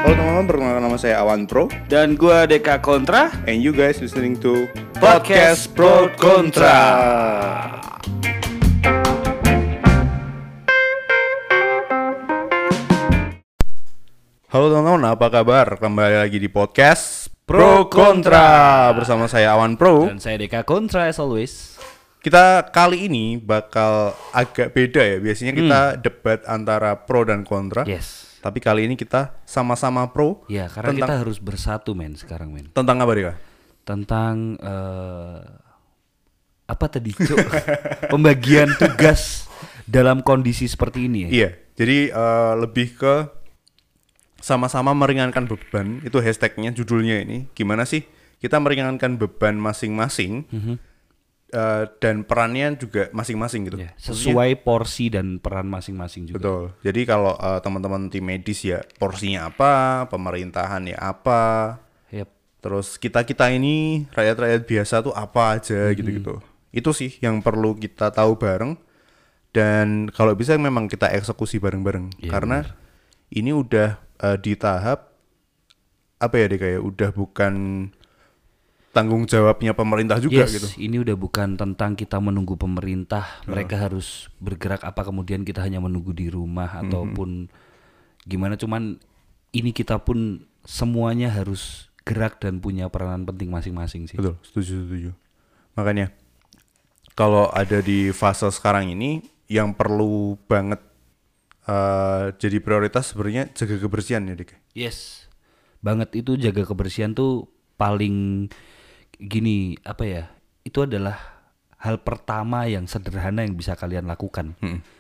Halo teman-teman, perkenalkan nama saya Awan Pro. Dan gua Deka Kontra. And you guys listening to Podcast Pro Kontra. Halo teman-teman, apa kabar? Kembali lagi di Podcast Pro Kontra bersama saya Awan Pro. Dan saya Deka Kontra as always. Kita kali ini bakal agak beda ya. Biasanya kita debat antara pro dan kontra. Yes. Tapi kali ini kita sama-sama pro. Ya, karena kita harus bersatu sekarang Tentang apa Deka? Tentang apa tadi Cuk? Pembagian tugas dalam kondisi seperti ini ya. Iya. Jadi lebih ke sama-sama meringankan beban. Itu hashtagnya, judulnya ini. Gimana sih kita meringankan beban masing-masing dan perannya juga masing-masing gitu. Ya, sesuai porsi dan peran masing-masing juga. Betul. Jadi kalau teman-teman tim medis ya porsinya apa, pemerintahan ya apa. Yep. Terus kita ini rakyat-rakyat biasa tuh apa aja gitu-gitu. Itu sih yang perlu kita tahu bareng. Dan kalau bisa memang kita eksekusi bareng-bareng. Ya, karena ini udah di tahap apa ya Deka ya, udah bukan tanggung jawabnya pemerintah juga gitu. Ini udah bukan tentang kita menunggu pemerintah, mereka harus bergerak apa kemudian kita hanya menunggu di rumah ataupun gimana, cuman ini kita pun semuanya harus gerak dan punya peranan penting masing-masing sih. Betul, setuju. Makanya kalau ada di fase sekarang ini yang perlu banget jadi prioritas sebenarnya jaga kebersihan ya Dik. Yes. Banget, itu jaga kebersihan tuh paling gini, apa ya? Itu adalah hal pertama yang sederhana yang bisa kalian lakukan.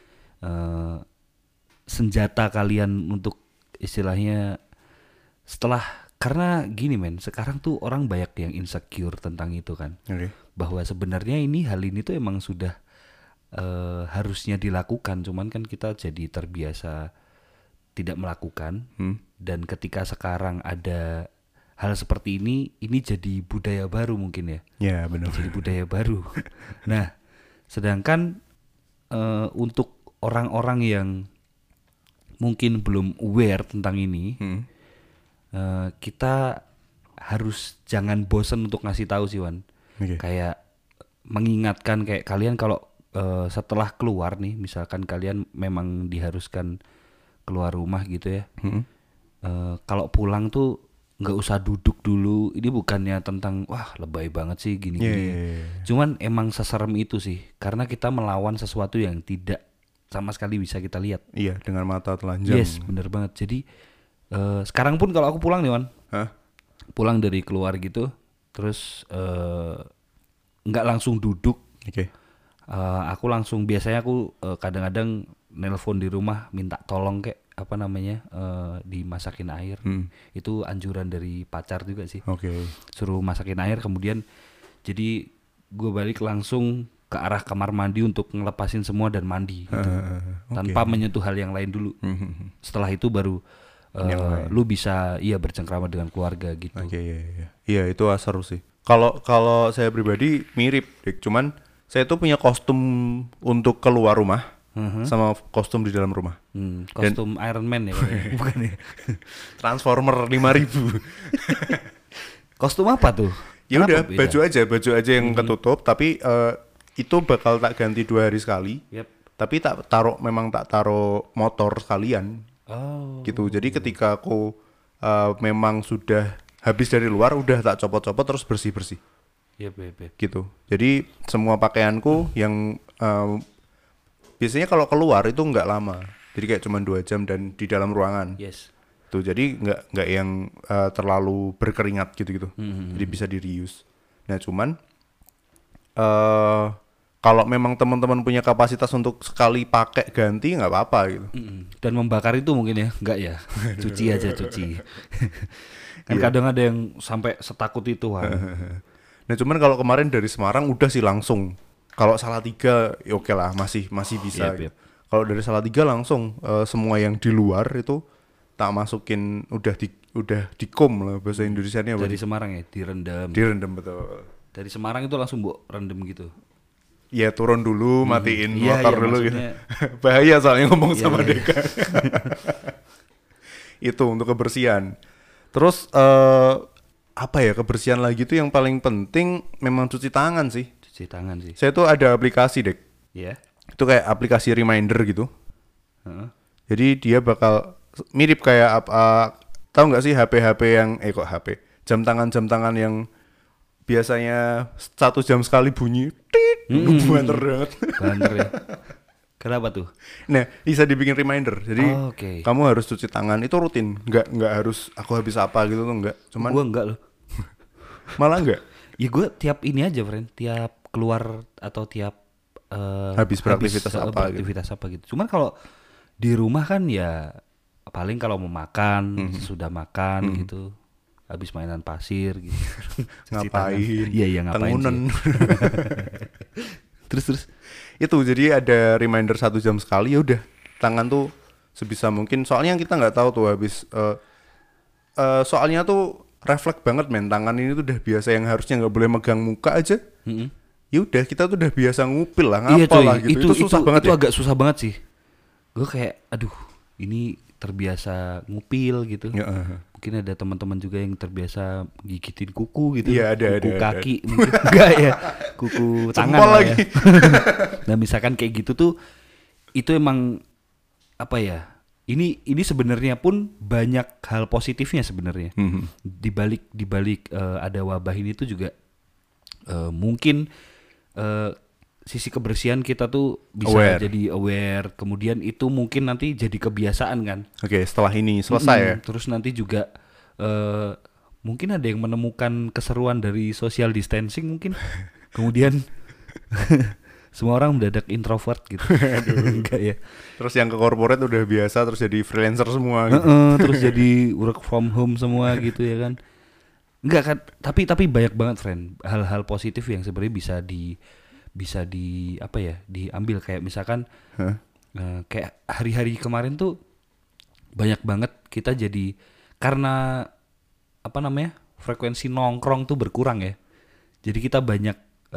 Senjata kalian untuk istilahnya setelah, karena gini sekarang tuh orang banyak yang insecure tentang itu kan. Okay. Bahwa sebenarnya hal ini tuh emang sudah harusnya dilakukan, cuman kan kita jadi terbiasa tidak melakukan. Dan ketika sekarang ada hal seperti ini jadi budaya baru mungkin ya. Ya benar. Jadi budaya baru. Nah, sedangkan untuk orang-orang yang mungkin belum aware tentang ini, kita harus jangan bosan untuk ngasih tahu sih Wan. Okay. Kayak mengingatkan kayak kalian kalau setelah keluar nih, misalkan kalian memang diharuskan keluar rumah gitu ya. Kalau pulang tuh nggak usah duduk dulu. Ini bukannya tentang wah lebay banget sih gini-gini. Yeah. Cuman emang seserem itu sih, karena kita melawan sesuatu yang tidak sama sekali bisa kita lihat. Iya, dengan mata telanjang. Yes, bener banget. Jadi sekarang pun kalau aku pulang nih Wan, pulang dari keluar gitu, terus nggak langsung duduk. Oke. Aku langsung, biasanya aku kadang-kadang nelpon di rumah minta tolong kayak apa namanya dimasakin air. Itu anjuran dari pacar juga sih. Suruh masakin air, kemudian jadi gue balik langsung ke arah kamar mandi untuk ngelepasin semua dan mandi gitu. Tanpa menyentuh hal yang lain dulu. Setelah itu baru lu bisa bercengkrama dengan keluarga gitu. Iya, itu seru sih. Kalau saya pribadi mirip, Dik. Cuman saya tuh punya kostum untuk keluar rumah. Sama kostum di dalam rumah. Kostum dan Iron Man ya bukan ya? Transformer 5000. Kostum apa tuh? Ya udah, baju aja yang ketutup, tapi itu bakal tak ganti 2 hari sekali. Tapi tak taruh motor sekalian. Gitu. Jadi ketika aku memang sudah habis dari luar, udah tak copot-copot terus bersih-bersih. Gitu. Jadi semua pakaianku yang biasanya kalau keluar itu nggak lama, jadi kayak cuma 2 jam dan di dalam ruangan. Tuh, jadi nggak yang terlalu berkeringat gitu. Jadi bisa di reuse. Nah cuman kalau memang teman-teman punya kapasitas untuk sekali pakai ganti nggak apa-apa gitu. Dan membakar itu mungkin ya, nggak ya, cuci aja. Kan kadang ada yang sampai setakut itu. Nah cuman kalau kemarin dari Semarang udah sih langsung. Kalau Salatiga ya oke lah, masih bisa. Kalau dari Salatiga langsung semua yang di luar itu tak masukin, udah dikom lah bahasa Indonesianya. Dari Semarang ya, direndam. Betul. Dari Semarang itu langsung rendam gitu. Ya turun dulu, matiin motor dulu maksudnya... gitu. Bahaya soalnya ngomong sama Deka. Itu untuk kebersihan. Terus apa ya, kebersihan lagi tuh yang paling penting memang cuci tangan sih. Cuci tangan sih. Saya tuh ada aplikasi, Dek. Iya. Itu kayak aplikasi reminder gitu. Jadi dia bakal mirip kayak tahu nggak sih HP yang HP jam tangan yang biasanya 1 jam sekali bunyi, banter banget. Banter ya. Kenapa tuh? Nah, bisa dibikin reminder. Jadi kamu harus cuci tangan itu rutin. Nggak harus aku habis apa gitu tuh nggak. Cuman gua enggak loh. Malah enggak. Ya gue tiap ini aja, friend. Tiap keluar atau tiap habis beraktivitas apa gitu. Cuman kalau di rumah kan ya paling kalau mau makan, sudah makan gitu. Habis mainan pasir gitu. Ngapain? Iya ngapain sih. Terus itu jadi ada reminder 1 jam sekali, ya udah tangan tuh sebisa mungkin, soalnya kita nggak tahu tuh habis soalnya tuh refleks banget men, tangan ini tuh udah biasa yang harusnya nggak boleh megang muka aja. Ya udah kita tuh udah biasa ngupil lah, ngapalah gitu. Itu susah banget. Itu agak susah banget sih. Gue kayak aduh ini terbiasa ngupil gitu. Mungkin ada teman-teman juga yang terbiasa gigitin kuku gitu. Iya, kuku kaki mungkin enggak ya, kuku tangan lagi. Ya. Nah misalkan kayak gitu tuh, itu emang apa ya? Ini sebenarnya pun banyak hal positifnya sebenarnya. Di balik ada wabah ini tuh juga mungkin sisi kebersihan kita tuh bisa jadi aware, kemudian itu mungkin nanti jadi kebiasaan kan. Oke, setelah ini selesai ya. Terus nanti juga mungkin ada yang menemukan keseruan dari social distancing mungkin. Kemudian semua orang mendadak introvert gitu. Enggak ya. Terus yang ke corporate udah biasa terus jadi freelancer semua gitu. Terus jadi work from home semua gitu ya kan. Enggak kan, tapi banyak banget friend hal-hal positif yang sebenarnya bisa di apa ya, diambil kayak misalkan kayak hari-hari kemarin tuh banyak banget kita jadi, karena apa namanya, frekuensi nongkrong tuh berkurang ya. Jadi kita banyak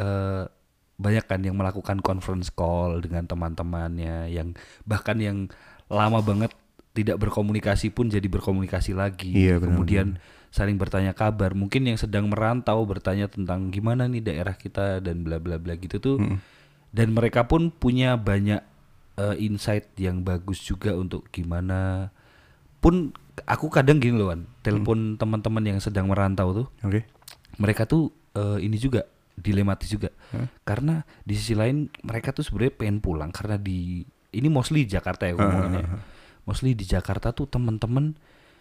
kan yang melakukan conference call dengan teman-temannya, yang bahkan yang lama banget tidak berkomunikasi pun jadi berkomunikasi lagi. Iya, kemudian saling bertanya kabar, mungkin yang sedang merantau bertanya tentang gimana nih daerah kita dan bla bla bla gitu tuh. Dan mereka pun punya banyak insight yang bagus juga untuk gimana. Pun aku kadang gini loh, telepon teman-teman yang sedang merantau tuh. Mereka tuh ini juga dilematis juga. Karena di sisi lain mereka tuh sebenarnya pengen pulang karena ini mostly Jakarta ya ngomongnya. Mostly di Jakarta tuh teman-teman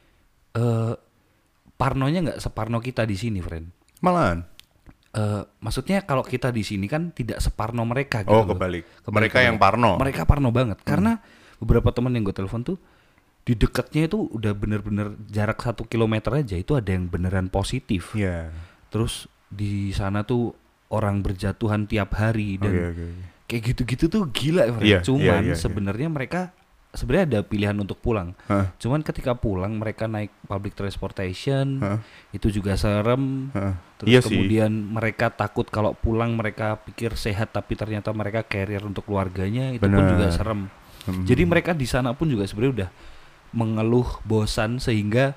parnonya nggak separno kita di sini, friend. Malahan. Maksudnya kalau kita di sini kan tidak separno mereka gitu. Oh, kebalik. Mereka yang parno. Mereka parno banget. Karena beberapa teman yang gue telepon tuh di dekatnya itu udah bener-bener jarak 1 kilometer aja itu ada yang beneran positif. Terus di sana tuh orang berjatuhan tiap hari dan kayak gitu-gitu tuh gila, friend. Cuman sebenarnya mereka sebenarnya ada pilihan untuk pulang. Cuman ketika pulang mereka naik public transportation, itu juga serem. Terus kemudian mereka takut kalau pulang mereka pikir sehat tapi ternyata mereka carrier untuk keluarganya, itu pun juga serem. Jadi mereka di sana pun juga sebenarnya udah mengeluh bosan, sehingga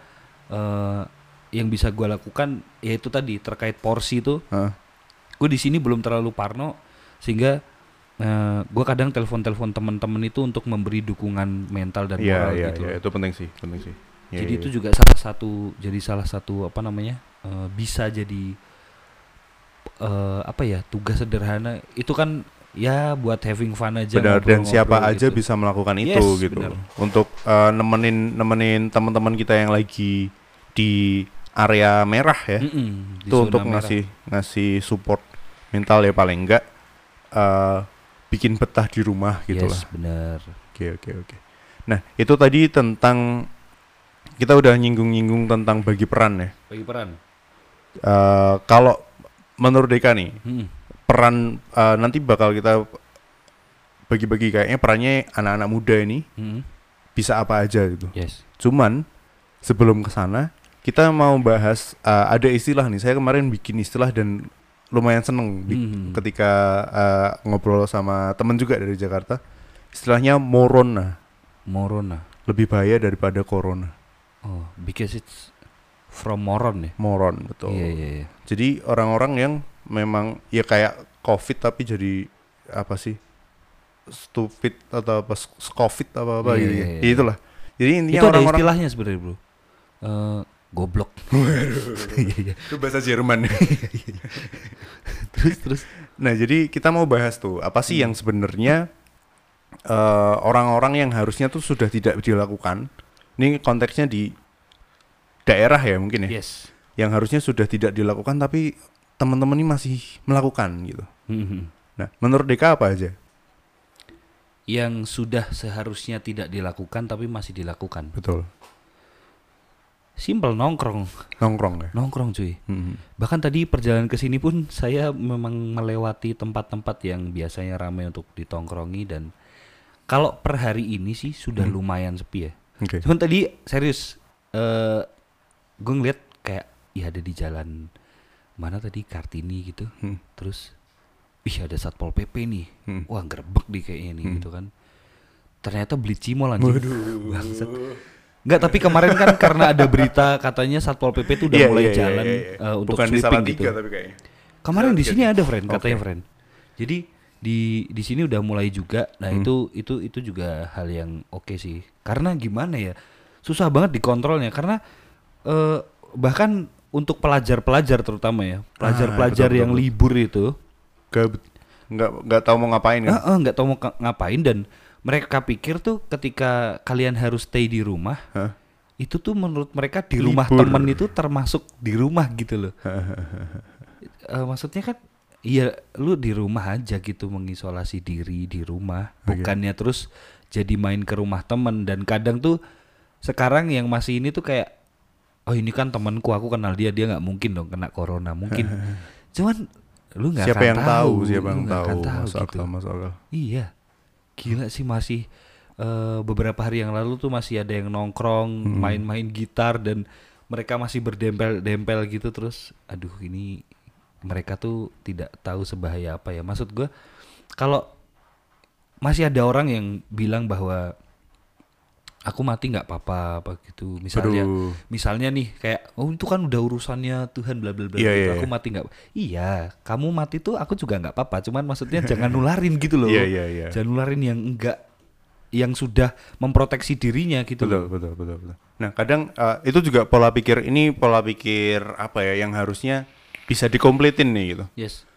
yang bisa gue lakukan yaitu tadi terkait porsi itu. Gue di sini belum terlalu parno, sehingga gue kadang telepon teman-teman itu untuk memberi dukungan mental dan moral gitu. Itu penting sih. Jadi itu juga salah satu apa namanya, bisa jadi apa ya, tugas sederhana itu kan ya buat having fun aja. Benar, dan siapa aja gitu bisa melakukan itu gitu. Bener. Untuk nemenin teman-teman kita yang lagi di area merah ya. Itu untuk ngasih support mental ya, paling enggak bikin betah di rumah gitu lah. Benar. Oke. Nah, itu tadi tentang kita udah nyinggung tentang bagi peran ya. Bagi peran. Kalau menurut Deka nih, peran nanti bakal kita bagi-bagi, kayaknya perannya anak-anak muda ini bisa apa aja gitu. Cuman sebelum ke sana kita mau bahas ada istilah nih. Saya kemarin bikin istilah dan lumayan seneng ketika ngobrol sama temen juga dari Jakarta. Istilahnya morona. Morona. Lebih bahaya daripada corona. Oh, because it's from moron ya. Moron, betul. Iya. Jadi orang-orang yang memang ya kayak COVID tapi jadi apa sih? Stupid atau apa COVID apa gitu. Iya. Itulah. Jadi intinya itu orang-orang ada istilahnya sebenarnya, Bro. Goblok. Iya. Itu bahasa Jerman. terus. Nah, jadi kita mau bahas tuh apa sih yang sebenarnya orang-orang yang harusnya tuh sudah tidak dilakukan. Ini konteksnya di daerah ya mungkin ya. Yes. Yang harusnya sudah tidak dilakukan tapi teman-teman ini masih melakukan gitu. Nah, menurut Deka apa aja? Yang sudah seharusnya tidak dilakukan tapi masih dilakukan. Betul. Simple, nongkrong ya. Nongkrong cuy. Bahkan tadi perjalanan ke sini pun saya memang melewati tempat-tempat yang biasanya ramai untuk ditongkrongi, dan kalau per hari ini sih sudah lumayan sepi ya. Okay. Cuman tadi serius gue ngeliat kayak ya ada di jalan mana tadi Kartini gitu. Terus ada Satpol PP nih. Wah, gerbek nih kayaknya nih gitu kan. Ternyata beli cimol anjing. Bangsat. Enggak, tapi kemarin kan karena ada berita katanya Satpol PP itu udah mulai jalan untuk bukan sweeping gitu. Tapi kayaknya. Kemarin di sini ada friend, katanya friend. Jadi di sini udah mulai juga. Nah, itu juga hal yang oke sih. Karena gimana ya? Susah banget dikontrolnya karena bahkan untuk pelajar-pelajar terutama ya. Pelajar-pelajar yang betul. Libur itu nggak tahu mau ngapain kan? Nggak tahu mau ngapain, dan mereka pikir tuh ketika kalian harus stay di rumah, itu tuh menurut mereka di rumah temen itu termasuk di rumah gitu loh. Maksudnya kan, iya lu di rumah aja gitu, mengisolasi diri di rumah, bukannya terus jadi main ke rumah temen. Dan kadang tuh sekarang yang masih ini tuh kayak, oh ini kan temanku, aku kenal dia nggak mungkin dong kena corona, mungkin. Cuman lu nggak akan tahu, siapa yang tahu, masuk akal. Iya. Gila sih, masih beberapa hari yang lalu tuh masih ada yang nongkrong, main-main gitar, dan mereka masih berdempel-dempel gitu. Terus aduh, ini mereka tuh tidak tahu sebahaya apa ya. Maksud gue, kalau masih ada orang yang bilang bahwa aku mati nggak apa-apa apa gitu. Misalnya nih kayak, oh itu kan udah urusannya Tuhan bla bla bla gitu. Aku mati nggak? Iya, kamu mati tuh aku juga nggak apa-apa. Cuman maksudnya jangan nularin gitu loh. Jangan nularin yang enggak, yang sudah memproteksi dirinya gitu. Betul. Nah, kadang itu juga pola pikir apa ya yang harusnya bisa dikompletin nih gitu. Yes.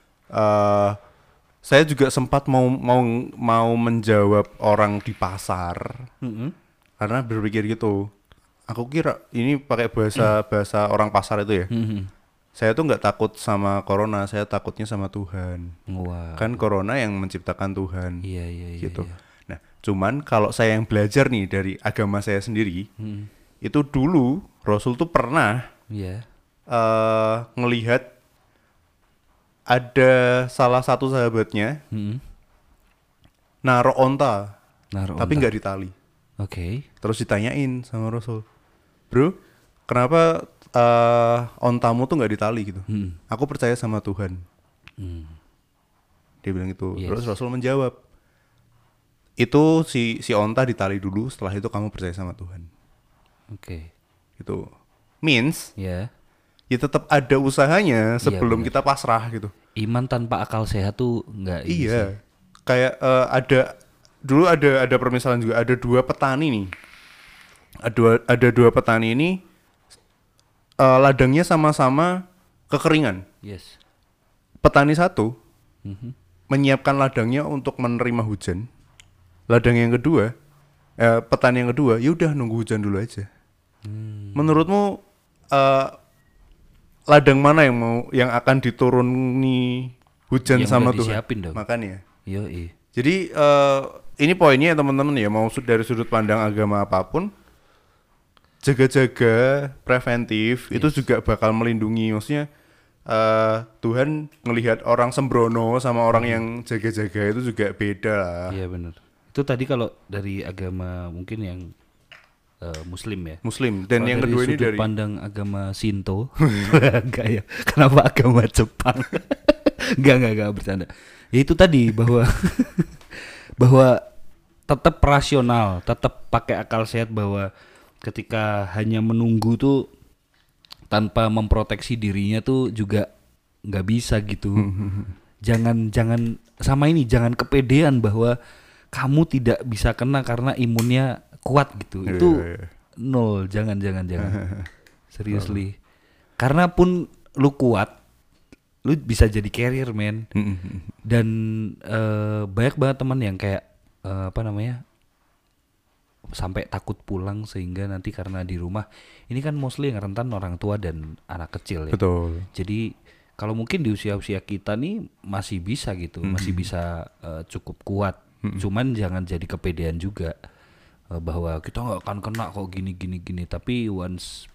Saya juga sempat mau menjawab orang di pasar. Karena berpikir gitu, aku kira ini pakai bahasa orang pasar itu ya. Saya tuh nggak takut sama corona, saya takutnya sama Tuhan. Wow. Kan corona yang menciptakan Tuhan. Iya. Gitu. Nah, cuman kalau saya yang belajar nih dari agama saya sendiri, itu dulu Rasul tuh pernah ngelihat ada salah satu sahabatnya naruh onta, tapi nggak ditali. Oke. Terus ditanyain sama Rasul, bro, kenapa ontamu tuh nggak ditali gitu? Aku percaya sama Tuhan. Dia bilang itu. Terus Rasul menjawab, itu si onta ditali dulu, setelah itu kamu percaya sama Tuhan. Oke. Itu means ya tetap ada usahanya sebelum kita pasrah gitu. Iman tanpa akal sehat tuh nggak. Iya. Kayak dulu ada permisalan juga, ada dua petani nih. Ada dua petani ini ladangnya sama-sama kekeringan. Yes. Petani satu menyiapkan ladangnya untuk menerima hujan. Ladang yang kedua, petani yang kedua, ya udah nunggu hujan dulu aja. Menurutmu ladang mana yang akan dituruni hujan yang sama Tuhan? Dong. Makanya. Yoi. Jadi ini poinnya ya teman-teman ya, mau dari sudut pandang agama apapun, jaga-jaga preventif itu juga bakal melindungi. Maksudnya Tuhan ngelihat orang sembrono sama orang yang jaga-jaga itu juga beda lah. Iya benar. Itu tadi kalau dari agama mungkin yang Muslim ya. Muslim. Dan kalo yang kedua ini dari pandang agama Shinto. Enggak ya. Kenapa agama Jepang? Enggak bercanda. Ya itu tadi bahwa bahwa tetap rasional, tetap pakai akal sehat, bahwa ketika hanya menunggu tuh tanpa memproteksi dirinya tuh juga nggak bisa gitu. Jangan sama ini, jangan kepedean bahwa kamu tidak bisa kena karena imunnya kuat gitu. Itu nol, jangan. Seriously. Karena pun lu kuat, lu bisa jadi carrier, man. Dan banyak banget teman yang kayak sampai takut pulang sehingga nanti karena di rumah ini kan mostly yang rentan orang tua dan anak kecil ya. Betul. Jadi kalau mungkin di usia-usia kita nih masih bisa gitu, masih bisa cukup kuat. Cuman jangan jadi kepedean juga bahwa kita nggak akan kena kok gini. Tapi once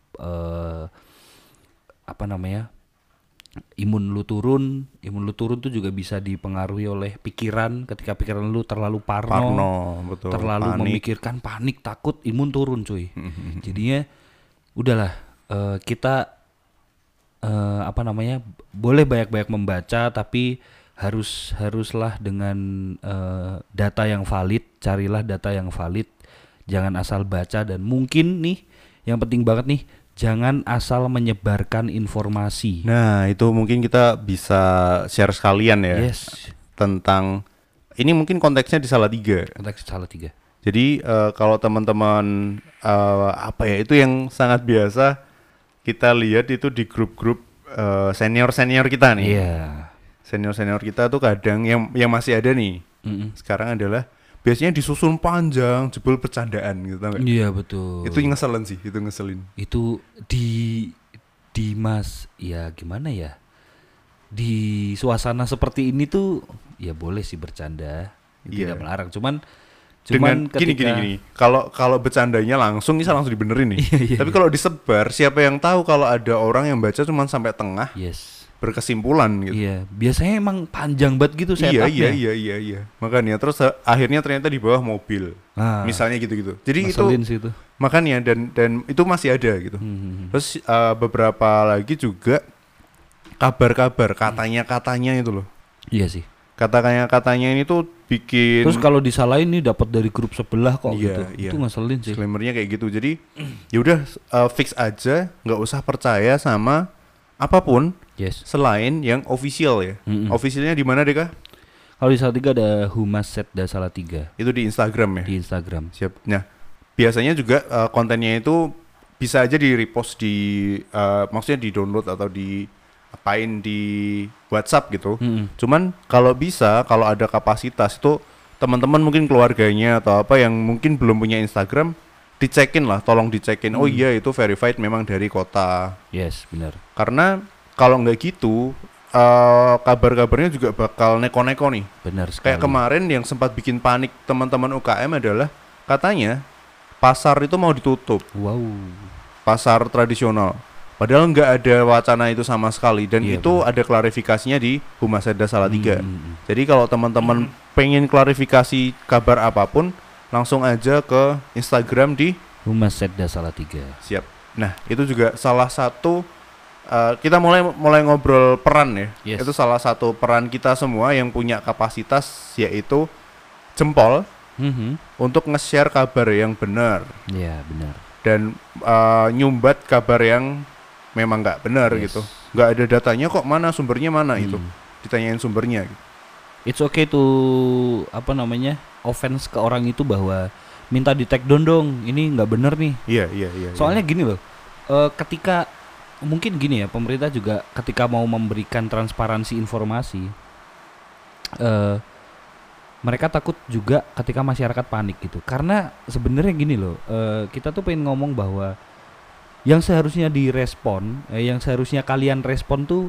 imun lu turun tuh juga bisa dipengaruhi oleh pikiran. Ketika pikiran lu terlalu parno betul, terlalu memikirkan, panik, takut, imun turun cuy. Jadinya udahlah, kita boleh banyak-banyak membaca, tapi haruslah dengan data yang valid. Carilah data yang valid, jangan asal baca. Dan mungkin nih yang penting banget nih, jangan asal menyebarkan informasi. Nah, itu mungkin kita bisa share sekalian ya. Yes. Tentang ini mungkin konteksnya di Salatiga. Jadi kalau teman-teman itu yang sangat biasa kita lihat itu di grup-grup senior kita nih. Iya. Senior kita tuh kadang yang masih ada nih. Sekarang adalah biasanya disusun panjang, jebol bercandaan gitu, tau gak? Iya betul. Itu ngeselin sih, Itu di Mas, ya gimana ya? Di suasana seperti ini tuh ya boleh sih bercanda, tidak melarang. Cuman ketika gini. Kalau bercandanya langsung bisa langsung dibenerin nih. Tapi kalau disebar, siapa yang tahu kalau ada orang yang baca cuma sampai tengah. Yes. Berkesimpulan gitu. Iya, biasanya emang panjang banget gitu setupnya. Iya. Makanya terus akhirnya ternyata di bawah mobil. Misalnya gitu-gitu. Jadi itu makanya dan itu masih ada gitu. Terus beberapa lagi juga kabar-kabar katanya itu loh. Iya sih. Katanya ini tuh bikin. Terus kalau disalahin nih dapat dari grup sebelah kok gitu. Iya. Itu ngeselin sih. Disclaimer-nya kayak gitu. Jadi ya udah fix aja, nggak usah percaya sama apapun. Yes. Selain yang official ya. Officialnya di mana Deka? Kalau di Salatiga ada Humas Setda Salatiga. Itu di Instagram ya? Di Instagram. Siap. Nah, biasanya juga kontennya itu bisa aja di repost di maksudnya di download atau di apain di WhatsApp gitu. Cuman kalau ada kapasitas itu teman-teman mungkin keluarganya atau apa yang mungkin belum punya Instagram, tolong dicekin. Oh iya, itu verified memang dari kota. Yes, benar. Karena kalau nggak gitu, kabar-kabarnya juga bakal neko-neko nih. Benar sekali. Kayak kemarin yang sempat bikin panik teman-teman UKM adalah katanya pasar itu mau ditutup. Wow. Pasar tradisional. Padahal nggak ada wacana itu sama sekali. Dan itu ada klarifikasinya di Humas Setda Salatiga. Jadi kalau teman-teman pengen klarifikasi kabar apapun, langsung aja ke Instagram di Humas Setda Salatiga. Siap. Nah, itu juga salah satu kita mulai ngobrol peran ya. Yes. Itu salah satu peran kita semua yang punya kapasitas, yaitu jempol untuk nge-share kabar yang benar. Iya, benar. Dan nyumbat kabar yang memang nggak benar gitu. Nggak ada datanya kok, sumbernya mana itu. Ditanyain sumbernya gitu. It's okay to offense ke orang itu bahwa minta di take down dong, ini nggak benar nih. Iya. Soalnya gini loh, ketika mungkin gini ya, pemerintah juga ketika mau memberikan transparansi informasi, mereka takut juga ketika masyarakat panik gitu. Karena sebenarnya gini loh, kita tuh pengen ngomong bahwa yang seharusnya direspon, yang seharusnya kalian respon tuh,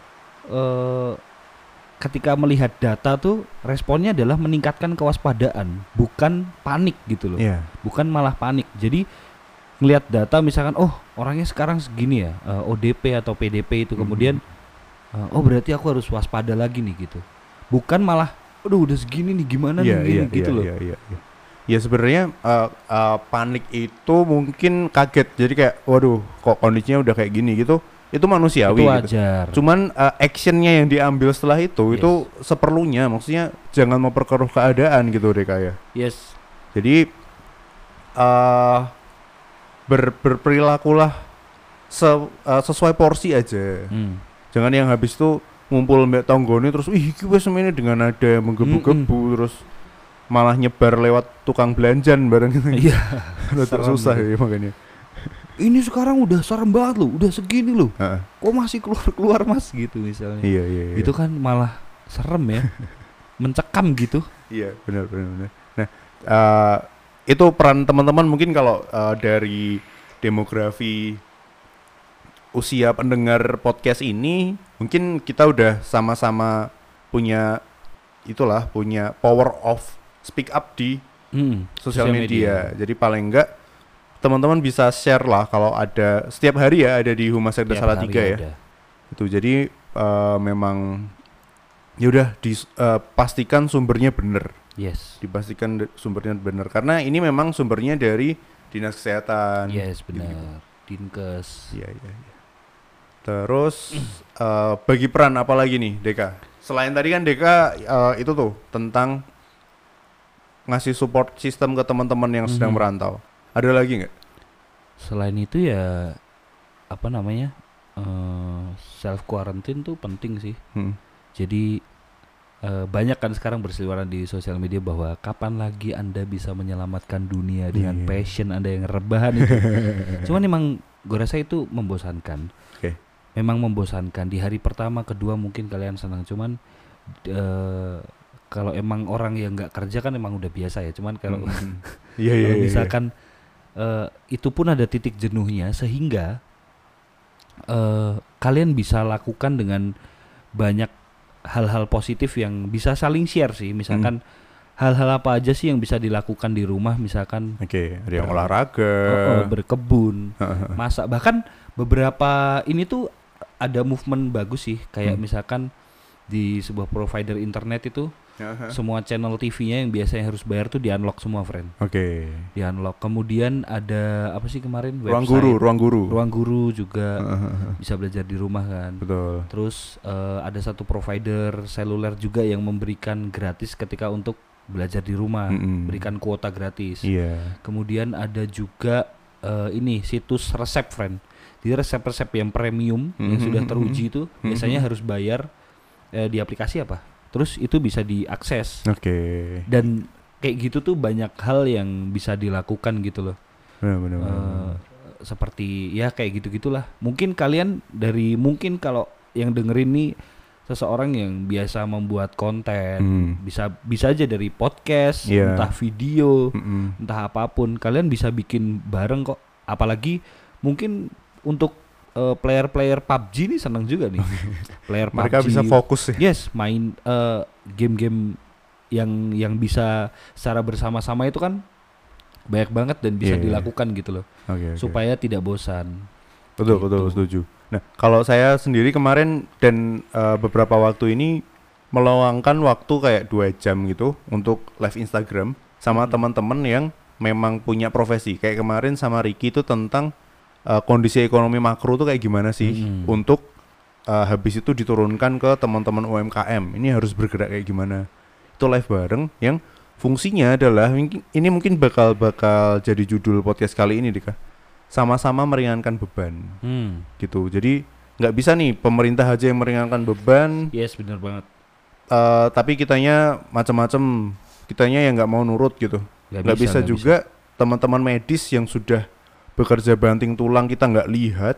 ketika melihat data tuh responnya adalah meningkatkan kewaspadaan, bukan panik gitu loh. Bukan malah panik. Jadi ngelihat data misalkan, oh orangnya sekarang segini ya, ODP atau PDP itu, kemudian oh berarti aku harus waspada lagi nih gitu. Bukan malah, aduh udah segini nih gimana nih gitu loh. Ya sebenarnya panik itu mungkin kaget, jadi kayak waduh kok kondisinya udah kayak gini gitu. Itu manusiawi. Itu wajar. Gitu. Cuman actionnya yang diambil setelah itu seperlunya, maksudnya jangan memperkeruh keadaan gitu deh kayak. Yes. Jadi berperilakulah sesuai porsi aja. Jangan yang habis itu ngumpul mbak tonggone terus iki wis semene dengan nada menggebu-gebu terus malah nyebar lewat tukang belanjan bareng gitu. Iya. Susah ya makanya. Ini sekarang udah serem banget loh, udah segini loh. Kok masih keluar Mas gitu misalnya. Iya. Itu kan malah serem ya. Mencekam gitu. Iya, benar. Nah, itu peran teman-teman mungkin kalau dari demografi usia pendengar podcast ini mungkin kita udah sama-sama punya power of speak up di sosial media. Jadi paling enggak teman-teman bisa share lah kalau ada setiap hari ya ada di Humas Sekda Salatiga ya. Itu jadi memang ya udah dipastikan sumbernya benar. Yes. Dipastikan sumbernya benar karena ini memang sumbernya dari Dinas Kesehatan. Yes, benar. Dinkes. Iya. Terus bagi peran apa lagi nih Deka? Selain tadi kan Deka itu tuh tentang ngasih support sistem ke teman-teman yang sedang merantau. Ada lagi nggak? Selain itu ya apa namanya self quarantine tuh penting sih. Jadi banyak kan sekarang berseliweran di sosial media bahwa kapan lagi Anda bisa menyelamatkan dunia dengan passion Anda yang rebahan itu. Cuman emang gue rasa itu membosankan. Memang membosankan di hari pertama, kedua mungkin kalian senang, cuman kalau emang orang yang nggak kerja kan emang udah biasa ya. Cuman kalau misalkan itu pun ada titik jenuhnya sehingga kalian bisa lakukan dengan banyak hal-hal positif yang bisa saling share sih. Misalkan hal-hal apa aja sih yang bisa dilakukan di rumah, misalkan ada yang olahraga, berkebun, masak, bahkan beberapa ini tuh ada movement bagus sih, kayak misalkan di sebuah provider internet itu semua channel TV-nya yang biasanya harus bayar tuh di-unlock semua, friend. Di-unlock. Kemudian ada apa sih kemarin? Website. Ruang guru juga bisa belajar di rumah kan. Betul. Terus ada satu provider seluler juga yang memberikan gratis ketika untuk belajar di rumah, berikan kuota gratis. Kemudian ada juga ini situs resep, friend. Jadi resep-resep yang premium yang sudah teruji itu biasanya harus bayar di aplikasi apa? Terus itu bisa diakses. Dan kayak gitu tuh banyak hal yang bisa dilakukan gitu loh. Benar. Seperti ya kayak gitu-gitulah. Mungkin kalian mungkin kalau yang dengerin nih seseorang yang biasa membuat konten, bisa aja dari podcast, entah video, entah apapun, kalian bisa bikin bareng kok. Apalagi mungkin untuk player-player PUBG nih senang juga nih. Player mereka PUBG, bisa fokus ya. Yes, main game-game yang bisa secara bersama-sama itu kan banyak banget dan bisa dilakukan gitu loh. Supaya tidak bosan. Betul, setuju. Nah, kalau saya sendiri kemarin dan beberapa waktu ini meluangkan waktu kayak 2 jam gitu untuk live Instagram sama teman-teman yang memang punya profesi. Kayak kemarin sama Ricky itu tentang kondisi ekonomi makro tuh kayak gimana sih untuk habis itu diturunkan ke teman-teman UMKM. Ini harus bergerak kayak gimana. Itu live bareng yang fungsinya adalah ini mungkin bakal jadi judul podcast kali ini Dika. Sama-sama meringankan beban. Gitu. Jadi nggak bisa nih pemerintah aja yang meringankan beban. Yes, benar banget. Tapi kitanya macam-macam. Kitanya yang nggak mau nurut gitu. Nggak bisa juga teman-teman medis yang sudah bekerja banting tulang kita nggak lihat,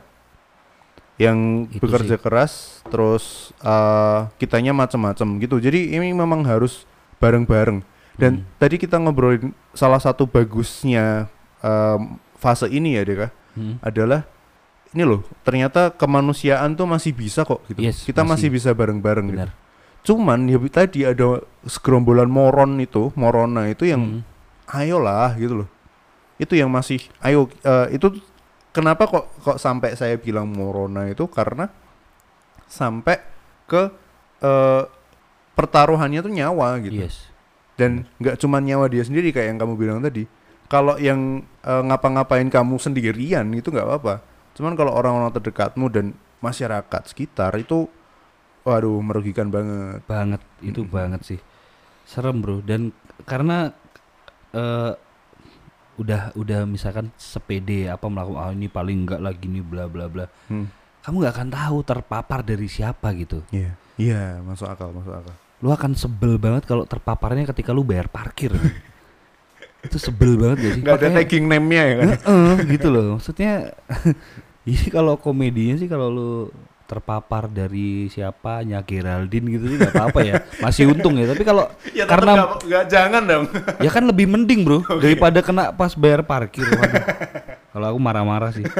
yang itu bekerja keras, terus kitanya macam-macam gitu. Jadi ini memang harus bareng-bareng. Dan tadi kita ngobrolin salah satu bagusnya fase ini ya Deka, adalah ini loh, ternyata kemanusiaan tuh masih bisa kok gitu. Kita masih bisa bareng-bareng gitu. Cuman ya tadi ada segerombolan morona itu yang ayolah gitu loh. Itu yang masih itu kenapa kok sampai saya bilang morona itu karena sampai ke pertaruhannya tuh nyawa gitu. Dan nggak cuma nyawa dia sendiri kayak yang kamu bilang tadi. Kalau yang ngapa-ngapain kamu sendirian itu nggak apa-apa. Cuman kalau orang-orang terdekatmu dan masyarakat sekitar itu waduh merugikan banget. Itu banget sih. Serem bro. Dan karena udah misalkan sepede apa melakukan ini paling enggak lagi nih bla bla bla. Kamu nggak akan tahu terpapar dari siapa gitu. Iya, masuk akal. Lu akan sebel banget kalau terpaparnya ketika lu bayar parkir. Itu sebel banget gak sih? Gak ada tagging name-nya ya kan? Gitu loh. Maksudnya ini kalau komedinya sih kalau lu terpapar dari siapanya Geraldine gitu sih nggak apa-apa ya, masih untung ya. Tapi kalau ya, karena nggak jangan dong. Ya kan lebih mending bro daripada kena pas bayar parkir. Kalau aku marah-marah sih.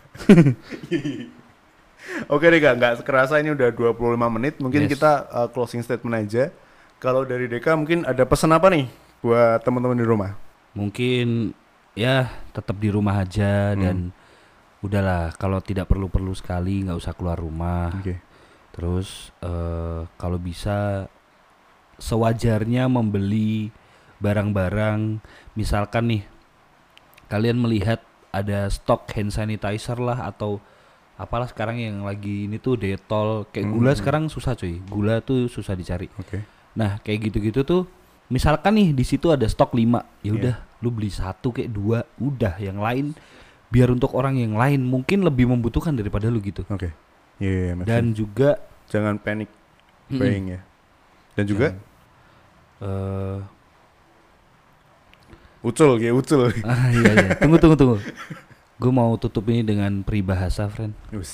Oke Deka, nggak kerasa ini udah 25 menit. Mungkin kita closing statement aja. Kalau dari Deka mungkin ada pesan apa nih buat teman-teman di rumah? Mungkin ya tetap di rumah aja dan udahlah, kalau tidak perlu sekali nggak usah keluar rumah. Terus kalau bisa sewajarnya membeli barang-barang, misalkan nih kalian melihat ada stok hand sanitizer lah atau apalah sekarang yang lagi ini tuh Dettol, kayak gula sekarang susah cuy, gula tuh susah dicari. Nah kayak gitu-gitu tuh, misalkan nih di situ ada stok 5, ya udah lu beli 1 kayak 2, udah yang lain biar untuk orang yang lain mungkin lebih membutuhkan daripada lu gitu. Dan juga jangan panic buying ya. Dan juga ucul. Iya. Tunggu. Gue mau tutup ini dengan peribahasa, friend.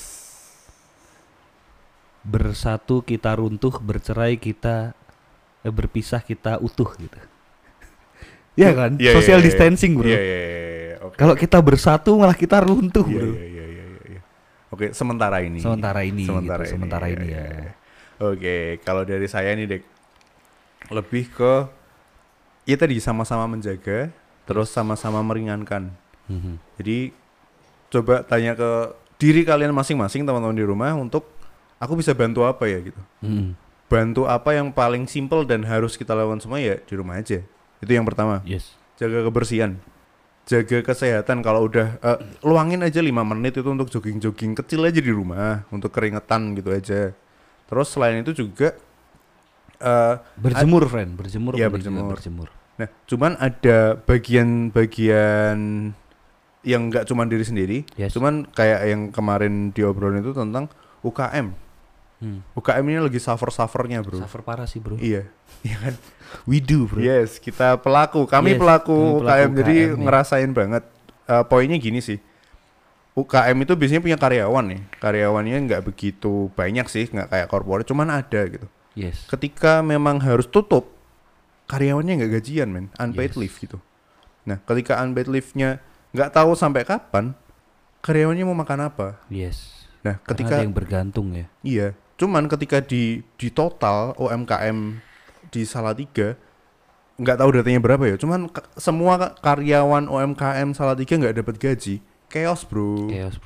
Bersatu kita runtuh, bercerai kita berpisah kita utuh gitu. Ya kan? Social distancing, bro. Kalau kita bersatu malah kita runtuh, bro. Oke, sementara ini ya. Oke, kalau dari saya nih Dek, lebih ke ya tadi sama-sama menjaga, terus sama-sama meringankan. Jadi coba tanya ke diri kalian masing-masing, teman-teman di rumah, untuk aku bisa bantu apa ya gitu. Bantu apa yang paling simple dan harus kita lakukan semua ya di rumah aja. Itu yang pertama. Jaga kebersihan, jaga kesehatan. Kalau udah luangin aja 5 menit itu untuk jogging-jogging kecil aja di rumah, untuk keringetan gitu aja. Terus selain itu juga berjemur, friend. Berjemur. Nah, cuman ada bagian-bagian yang nggak cuman diri sendiri, cuman kayak yang kemarin diobrolin itu tentang UKM. UKM ini lagi suffer-suffernya, bro. Suffer parah sih, bro. Iya kan? We do, bro. Yes, kita kami pelaku UKM, jadi ngerasain banget. Poinnya gini sih, UKM itu biasanya punya karyawan nih. Karyawannya nggak begitu banyak sih, nggak kayak corporate, cuman ada gitu. Ketika memang harus tutup, karyawannya nggak gajian, men, unpaid leave gitu. Nah, ketika unpaid leave-nya nggak tahu sampai kapan, karyawannya mau makan apa? Nah, ketika ada yang bergantung ya. Iya, cuman ketika di total UMKM di Salatiga, nggak tahu datanya berapa ya, cuman semua karyawan UMKM Salatiga nggak dapat gaji. Chaos bro.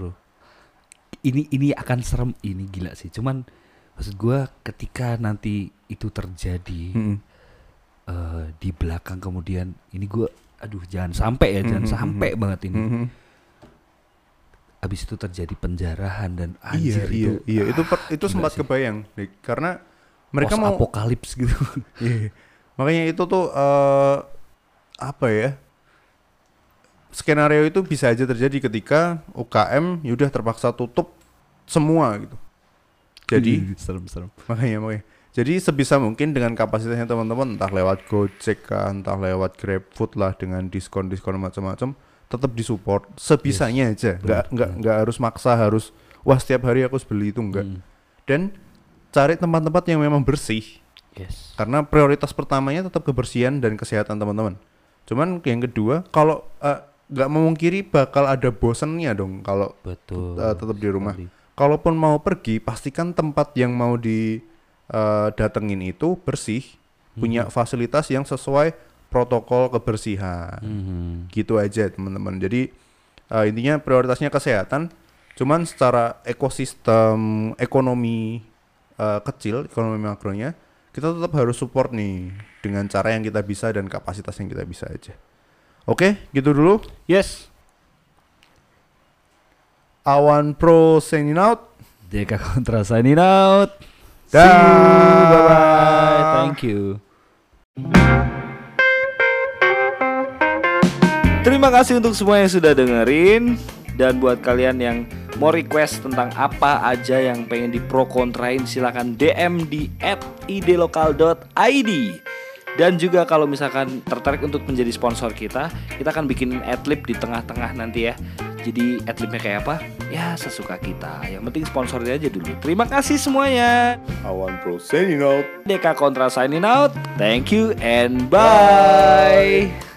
Ini akan serem, ini gila sih. Cuman maksud gue ketika nanti itu terjadi di belakang kemudian ini gue jangan sampai banget ini. Habis itu terjadi penjarahan dan anjir itu sempat sih kebayang, karena mereka mau apokalips gitu. Makanya itu tuh apa ya? Skenario itu bisa aja terjadi ketika UKM yaudah terpaksa tutup semua gitu. Jadi serem. Makanya. Jadi sebisa mungkin dengan kapasitasnya teman-teman, entah lewat Gojek kah, entah lewat GrabFood lah, dengan diskon macam-macam, tetap disupport sebisanya aja. Nggak harus maksa harus setiap hari aku harus beli, itu enggak. Dan cari tempat-tempat yang memang bersih. Karena prioritas pertamanya tetap kebersihan dan kesehatan teman-teman. Cuman yang kedua, kalau nggak memungkiri bakal ada bosennya dong kalau tetap di rumah. Kalaupun mau pergi, pastikan tempat yang mau datengin itu bersih, punya fasilitas yang sesuai protokol kebersihan. Gitu aja teman-teman. Jadi intinya prioritasnya kesehatan. Cuman secara ekosistem ekonomi kecil, ekonomi makronya, kita tetap harus support nih dengan cara yang kita bisa dan kapasitas yang kita bisa aja. Oke, gitu dulu. Awan Pro signing out. Deka Kontra signing out. See you, bye-bye. Thank you. Terima kasih untuk semua yang sudah dengerin. Dan buat kalian yang mau request tentang apa aja yang pengen di pro kontrain, silakan DM di @idlokal.id. Dan juga kalau misalkan tertarik untuk menjadi sponsor kita akan bikin adlib di tengah-tengah nanti ya. Jadi adlibnya kayak apa? Ya sesuka kita. Yang penting sponsornya aja dulu. Terima kasih semuanya. Awan Pro signing out. Deka Kontra signing out. Thank you and bye.